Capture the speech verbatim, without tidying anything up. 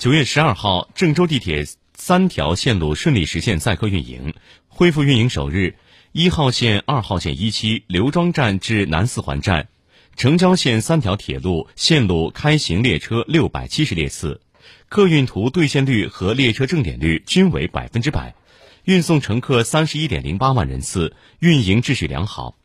九月十二号，郑州地铁三条线路顺利实现载客运营。恢复运营首日，一号线、二号线一期刘庄站至南四环站，城郊线三条铁路线路开行列车六百七十列次，客运图兑现率和列车正点率均为百分之百，运送乘客三十一点零八万人次，运营秩序良好。